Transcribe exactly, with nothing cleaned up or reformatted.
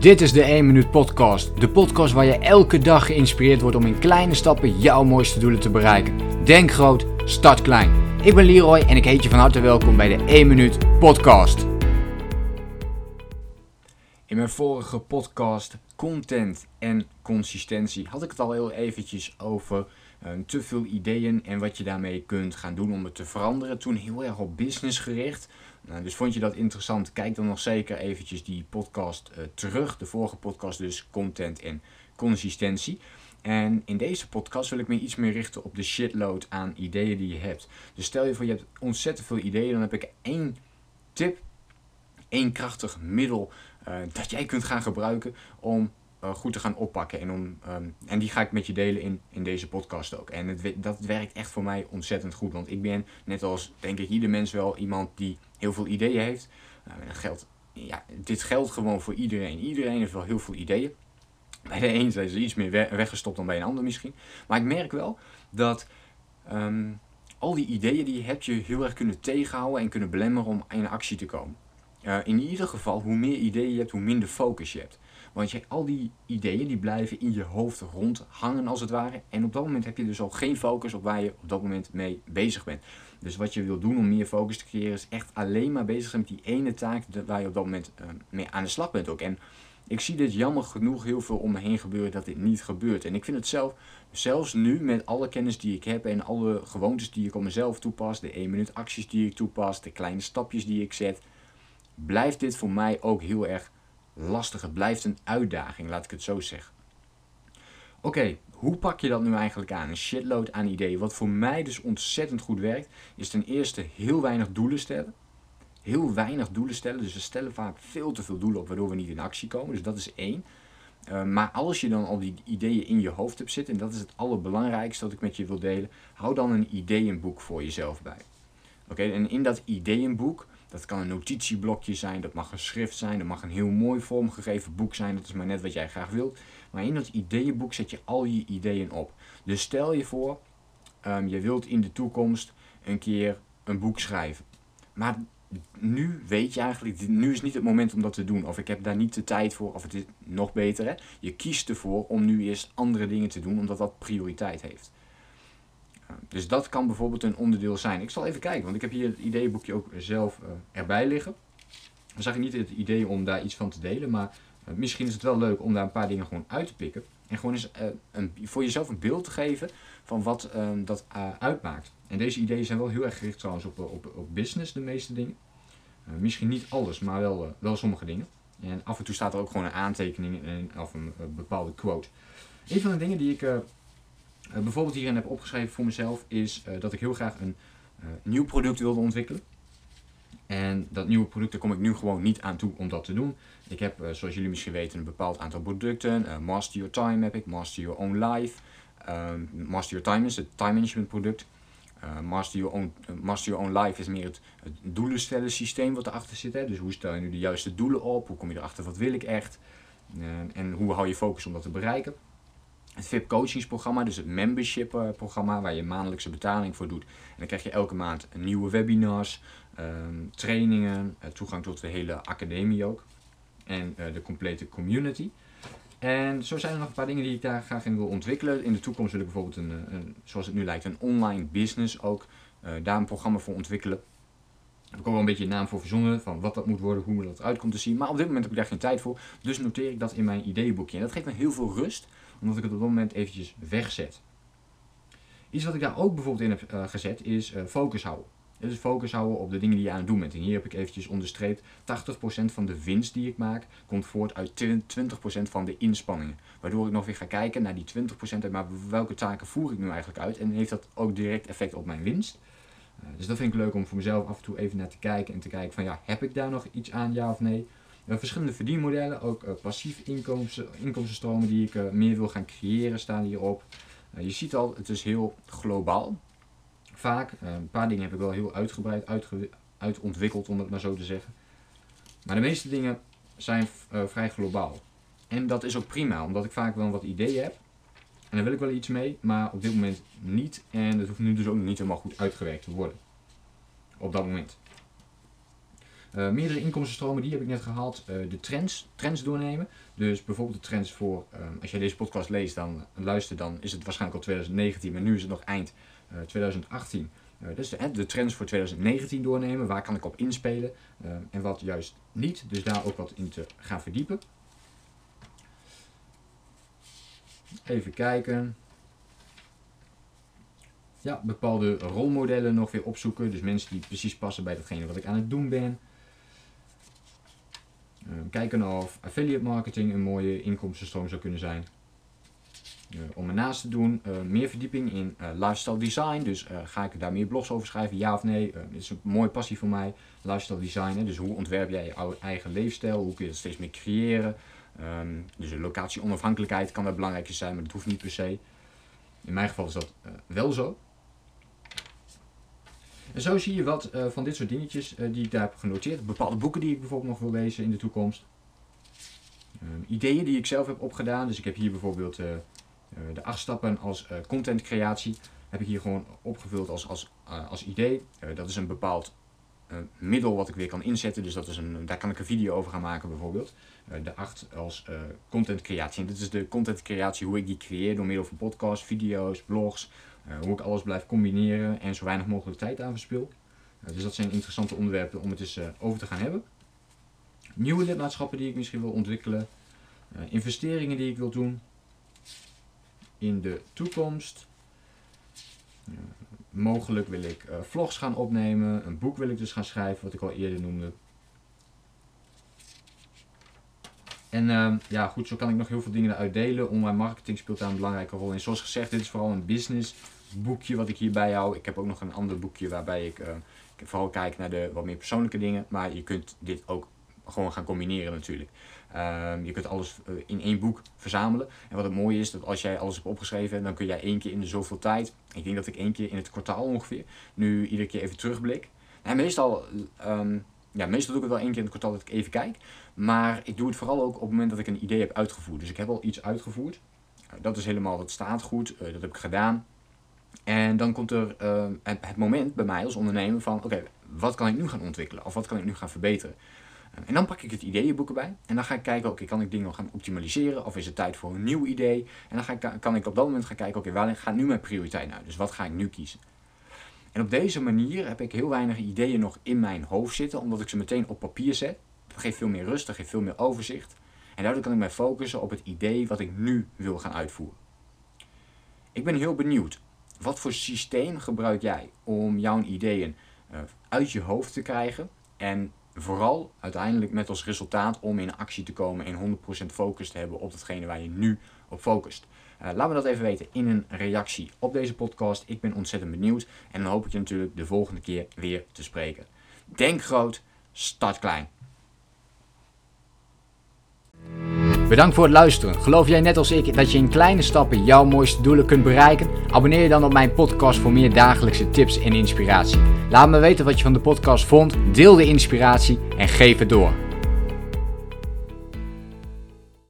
Dit is de één minuut podcast. De podcast waar je elke dag geïnspireerd wordt om in kleine stappen jouw mooiste doelen te bereiken. Denk groot, start klein. Ik ben Leroy en ik heet je van harte welkom bij de één minuut podcast. In mijn vorige podcast content en consistentie had ik het al heel eventjes over uh, te veel ideeën en wat je daarmee kunt gaan doen om het te veranderen. Toen heel erg op business gericht. Uh, dus vond je dat interessant? Kijk dan nog zeker eventjes die podcast uh, terug. De vorige podcast dus content en consistentie. En in deze podcast wil ik me iets meer richten op de shitload aan ideeën die je hebt. Dus stel je voor je hebt ontzettend veel ideeën, dan heb ik één tip, één krachtig middel uh, dat jij kunt gaan gebruiken om uh, goed te gaan oppakken. En, om, um, en die ga ik met je delen in, in deze podcast ook. En het, dat werkt echt voor mij ontzettend goed. Want ik ben, net als denk ik ieder mens wel, iemand die heel veel ideeën heeft. Uh, en geldt, ja, dit geldt gewoon voor iedereen. Iedereen heeft wel heel veel ideeën. Bij de een zijn ze iets meer weggestopt dan bij een ander misschien. Maar ik merk wel dat um, al die ideeën die je hebt je heel erg kunnen tegenhouden en kunnen belemmeren om in actie te komen. Uh, in ieder geval, hoe meer ideeën je hebt, hoe minder focus je hebt. Want je, al die ideeën die blijven in je hoofd rondhangen als het ware. En op dat moment heb je dus al geen focus op waar je op dat moment mee bezig bent. Dus wat je wil doen om meer focus te creëren is echt alleen maar bezig zijn met die ene taak waar je op dat moment uh, mee aan de slag bent ook. En ik zie dit jammer genoeg heel veel om me heen gebeuren dat dit niet gebeurt. En ik vind het zelf, zelfs nu met alle kennis die ik heb en alle gewoontes die ik op mezelf toepas, de één minuut acties die ik toepas, de kleine stapjes die ik zet, blijft dit voor mij ook heel erg lastig. Het blijft een uitdaging, laat ik het zo zeggen. Oké, okay, hoe pak je dat nu eigenlijk aan? Een shitload aan ideeën. Wat voor mij dus ontzettend goed werkt, is ten eerste heel weinig doelen stellen. Heel weinig doelen stellen, dus we stellen vaak veel te veel doelen op waardoor we niet in actie komen. Dus dat is één. Uh, maar als je dan al die ideeën in je hoofd hebt zitten, en dat is het allerbelangrijkste dat ik met je wil delen, hou dan een ideeënboek voor jezelf bij. Oké, okay, en in dat ideeënboek, dat kan een notitieblokje zijn, dat mag een schrift zijn, dat mag een heel mooi vormgegeven boek zijn, dat is maar net wat jij graag wilt. Maar in dat ideeënboek zet je al je ideeën op. Dus stel je voor, um, je wilt in de toekomst een keer een boek schrijven. Maar nu weet je eigenlijk, nu is niet het moment om dat te doen. Of ik heb daar niet de tijd voor, of het is nog beter. Hè? Je kiest ervoor om nu eerst andere dingen te doen, omdat dat prioriteit heeft. Dus dat kan bijvoorbeeld een onderdeel zijn. Ik zal even kijken, want ik heb hier het ideeënboekje ook zelf uh, erbij liggen. Dan zag ik niet het idee om daar iets van te delen, maar uh, misschien is het wel leuk om daar een paar dingen gewoon uit te pikken. En gewoon eens uh, een, voor jezelf een beeld te geven van wat uh, dat uh, uitmaakt. En deze ideeën zijn wel heel erg gericht trouwens op, op, op business, de meeste dingen. Uh, misschien niet alles, maar wel, uh, wel sommige dingen. En af en toe staat er ook gewoon een aantekening en, of een uh, bepaalde quote. Een van de dingen die ik uh, uh, bijvoorbeeld hierin heb opgeschreven voor mezelf is uh, dat ik heel graag een uh, nieuw product wilde ontwikkelen. En dat nieuwe product, daar kom ik nu gewoon niet aan toe om dat te doen. Ik heb, uh, zoals jullie misschien weten, een bepaald aantal producten. Uh, Master Your Time heb ik, Master Your Own Life. Uh, Master Your Time is het time management product. Uh, Master, Your Own, uh, Master Your Own Life is meer het, het doelen stellen systeem wat erachter zit. Hè? Dus hoe stel je nu de juiste doelen op? Hoe kom je erachter? Wat wil ik echt? Uh, en hoe hou je focus om dat te bereiken? Het V I P coachingsprogramma, dus het membership uh, programma waar je maandelijkse betaling voor doet. En dan krijg je elke maand nieuwe webinars, um, trainingen, uh, toegang tot de hele academie ook. En uh, de complete community. En zo zijn er nog een paar dingen die ik daar graag in wil ontwikkelen. In de toekomst wil ik bijvoorbeeld, een, een, zoals het nu lijkt, een online business ook uh, daar een programma voor ontwikkelen. Daar heb ik ook wel een beetje een naam voor verzonnen, van wat dat moet worden, hoe dat uit komt te zien. Maar op dit moment heb ik daar geen tijd voor, dus noteer ik dat in mijn ideeënboekje. En dat geeft me heel veel rust, omdat ik het op dat moment eventjes wegzet. Iets wat ik daar ook bijvoorbeeld in heb uh, gezet is uh, focus houden. Dus focus houden op de dingen die je aan het doen bent. En hier heb ik eventjes onderstreept, tachtig procent van de winst die ik maak, komt voort uit twintig procent van de inspanningen. Waardoor ik nog weer ga kijken naar die twintig procent, maar welke taken voer ik nu eigenlijk uit? En heeft dat ook direct effect op mijn winst? Uh, dus dat vind ik leuk om voor mezelf af en toe even naar te kijken en te kijken van ja, heb ik daar nog iets aan, ja of nee? Uh, verschillende verdienmodellen, ook uh, passief inkomsten, inkomstenstromen die ik uh, meer wil gaan creëren, staan hierop. Uh, je ziet al, het is heel globaal. Vaak, uh, een paar dingen heb ik wel heel uitgebreid uitge- uitontwikkeld, om het maar zo te zeggen. Maar de meeste dingen zijn uh, vrij globaal. En dat is ook prima, omdat ik vaak wel wat ideeën heb. En daar wil ik wel iets mee, maar op dit moment niet. En dat hoeft nu dus ook niet helemaal goed uitgewerkt te worden. Op dat moment. Uh, meerdere inkomstenstromen, die heb ik net gehaald. Uh, de trends, trends doornemen. Dus bijvoorbeeld de trends voor, uh, als jij deze podcast leest, dan luistert, dan is het waarschijnlijk al twintig negentien, maar nu is het nog eind uh, twintig achttien. Uh, dus de, de trends voor twintig negentien doornemen, waar kan ik op inspelen uh, en wat juist niet. Dus daar ook wat in te gaan verdiepen. Even kijken. Ja, bepaalde rolmodellen nog weer opzoeken. Dus mensen die precies passen bij datgene wat ik aan het doen ben. Uh, kijken of affiliate marketing een mooie inkomstenstroom zou kunnen zijn. Uh, om ernaast te doen, uh, meer verdieping in uh, lifestyle design. Dus uh, ga ik daar meer blogs over schrijven, ja of nee? Uh, dit is een mooie passie voor mij, lifestyle design. Hè? Dus hoe ontwerp jij je eigen leefstijl? Hoe kun je dat steeds meer creëren? Um, dus de locatie onafhankelijkheid kan daar belangrijk zijn, maar dat hoeft niet per se. In mijn geval is dat uh, wel zo. En zo zie je wat uh, van dit soort dingetjes uh, die ik daar heb genoteerd. Bepaalde boeken die ik bijvoorbeeld nog wil lezen in de toekomst. Uh, ideeën die ik zelf heb opgedaan. Dus ik heb hier bijvoorbeeld uh, uh, de acht stappen als uh, contentcreatie. Heb ik hier gewoon opgevuld als, als, uh, als idee. Uh, dat is een bepaald uh, middel wat ik weer kan inzetten. Dus dat is een, daar kan ik een video over gaan maken bijvoorbeeld. Uh, de acht als uh, contentcreatie. En dit is de contentcreatie, hoe ik die creëer door middel van podcasts, video's, blogs. Uh, hoe ik alles blijf combineren en zo weinig mogelijk tijd aan verspil. Uh, dus dat zijn interessante onderwerpen om het eens uh, over te gaan hebben. Nieuwe lidmaatschappen die ik misschien wil ontwikkelen. Uh, investeringen die ik wil doen. In de toekomst. Uh, mogelijk wil ik uh, vlogs gaan opnemen. Een boek wil ik dus gaan schrijven, wat ik al eerder noemde. En uh, ja goed, zo kan ik nog heel veel dingen eruit delen. Online marketing speelt daar een belangrijke rol in. Zoals gezegd, dit is vooral een business boekje wat ik hierbij hou. Ik heb ook nog een ander boekje waarbij ik, uh, ik vooral kijk naar de wat meer persoonlijke dingen. Maar je kunt dit ook gewoon gaan combineren natuurlijk. Uh, je kunt alles uh, in één boek verzamelen. En wat het mooie is, dat als jij alles hebt opgeschreven, dan kun jij één keer in de zoveel tijd. Ik denk dat ik één keer in het kwartaal ongeveer, nu iedere keer even terugblik. En meestal... Um, Ja, meestal doe ik het wel één keer in het kwartaal dat ik even kijk. Maar ik doe het vooral ook op het moment dat ik een idee heb uitgevoerd. Dus ik heb al iets uitgevoerd. Uh, dat is helemaal, dat staat goed. Uh, dat heb ik gedaan. En dan komt er uh, het, het moment bij mij als ondernemer van... Oké, okay, wat kan ik nu gaan ontwikkelen? Of wat kan ik nu gaan verbeteren? Uh, en dan pak ik het ideeënboek erbij. En dan ga ik kijken, oké, okay, kan ik dingen nog gaan optimaliseren? Of is het tijd voor een nieuw idee? En dan ga ik, kan ik op dat moment gaan kijken, oké, okay, waar gaat nu mijn prioriteit naar? Dus wat ga ik nu kiezen? En op deze manier heb ik heel weinig ideeën nog in mijn hoofd zitten, omdat ik ze meteen op papier zet. Dat geeft veel meer rust, dat geeft veel meer overzicht. En daardoor kan ik mij focussen op het idee wat ik nu wil gaan uitvoeren. Ik ben heel benieuwd, wat voor systeem gebruik jij om jouw ideeën uh, uit je hoofd te krijgen en vooral uiteindelijk met als resultaat om in actie te komen en honderd procent focus te hebben op datgene waar je nu op focust. Uh, laat me dat even weten in een reactie op deze podcast. Ik ben ontzettend benieuwd en dan hoop ik je natuurlijk de volgende keer weer te spreken. Denk groot, start klein. Bedankt voor het luisteren. Geloof jij net als ik dat je in kleine stappen jouw mooiste doelen kunt bereiken? Abonneer je dan op mijn podcast voor meer dagelijkse tips en inspiratie. Laat me weten wat je van de podcast vond, deel de inspiratie en geef het door.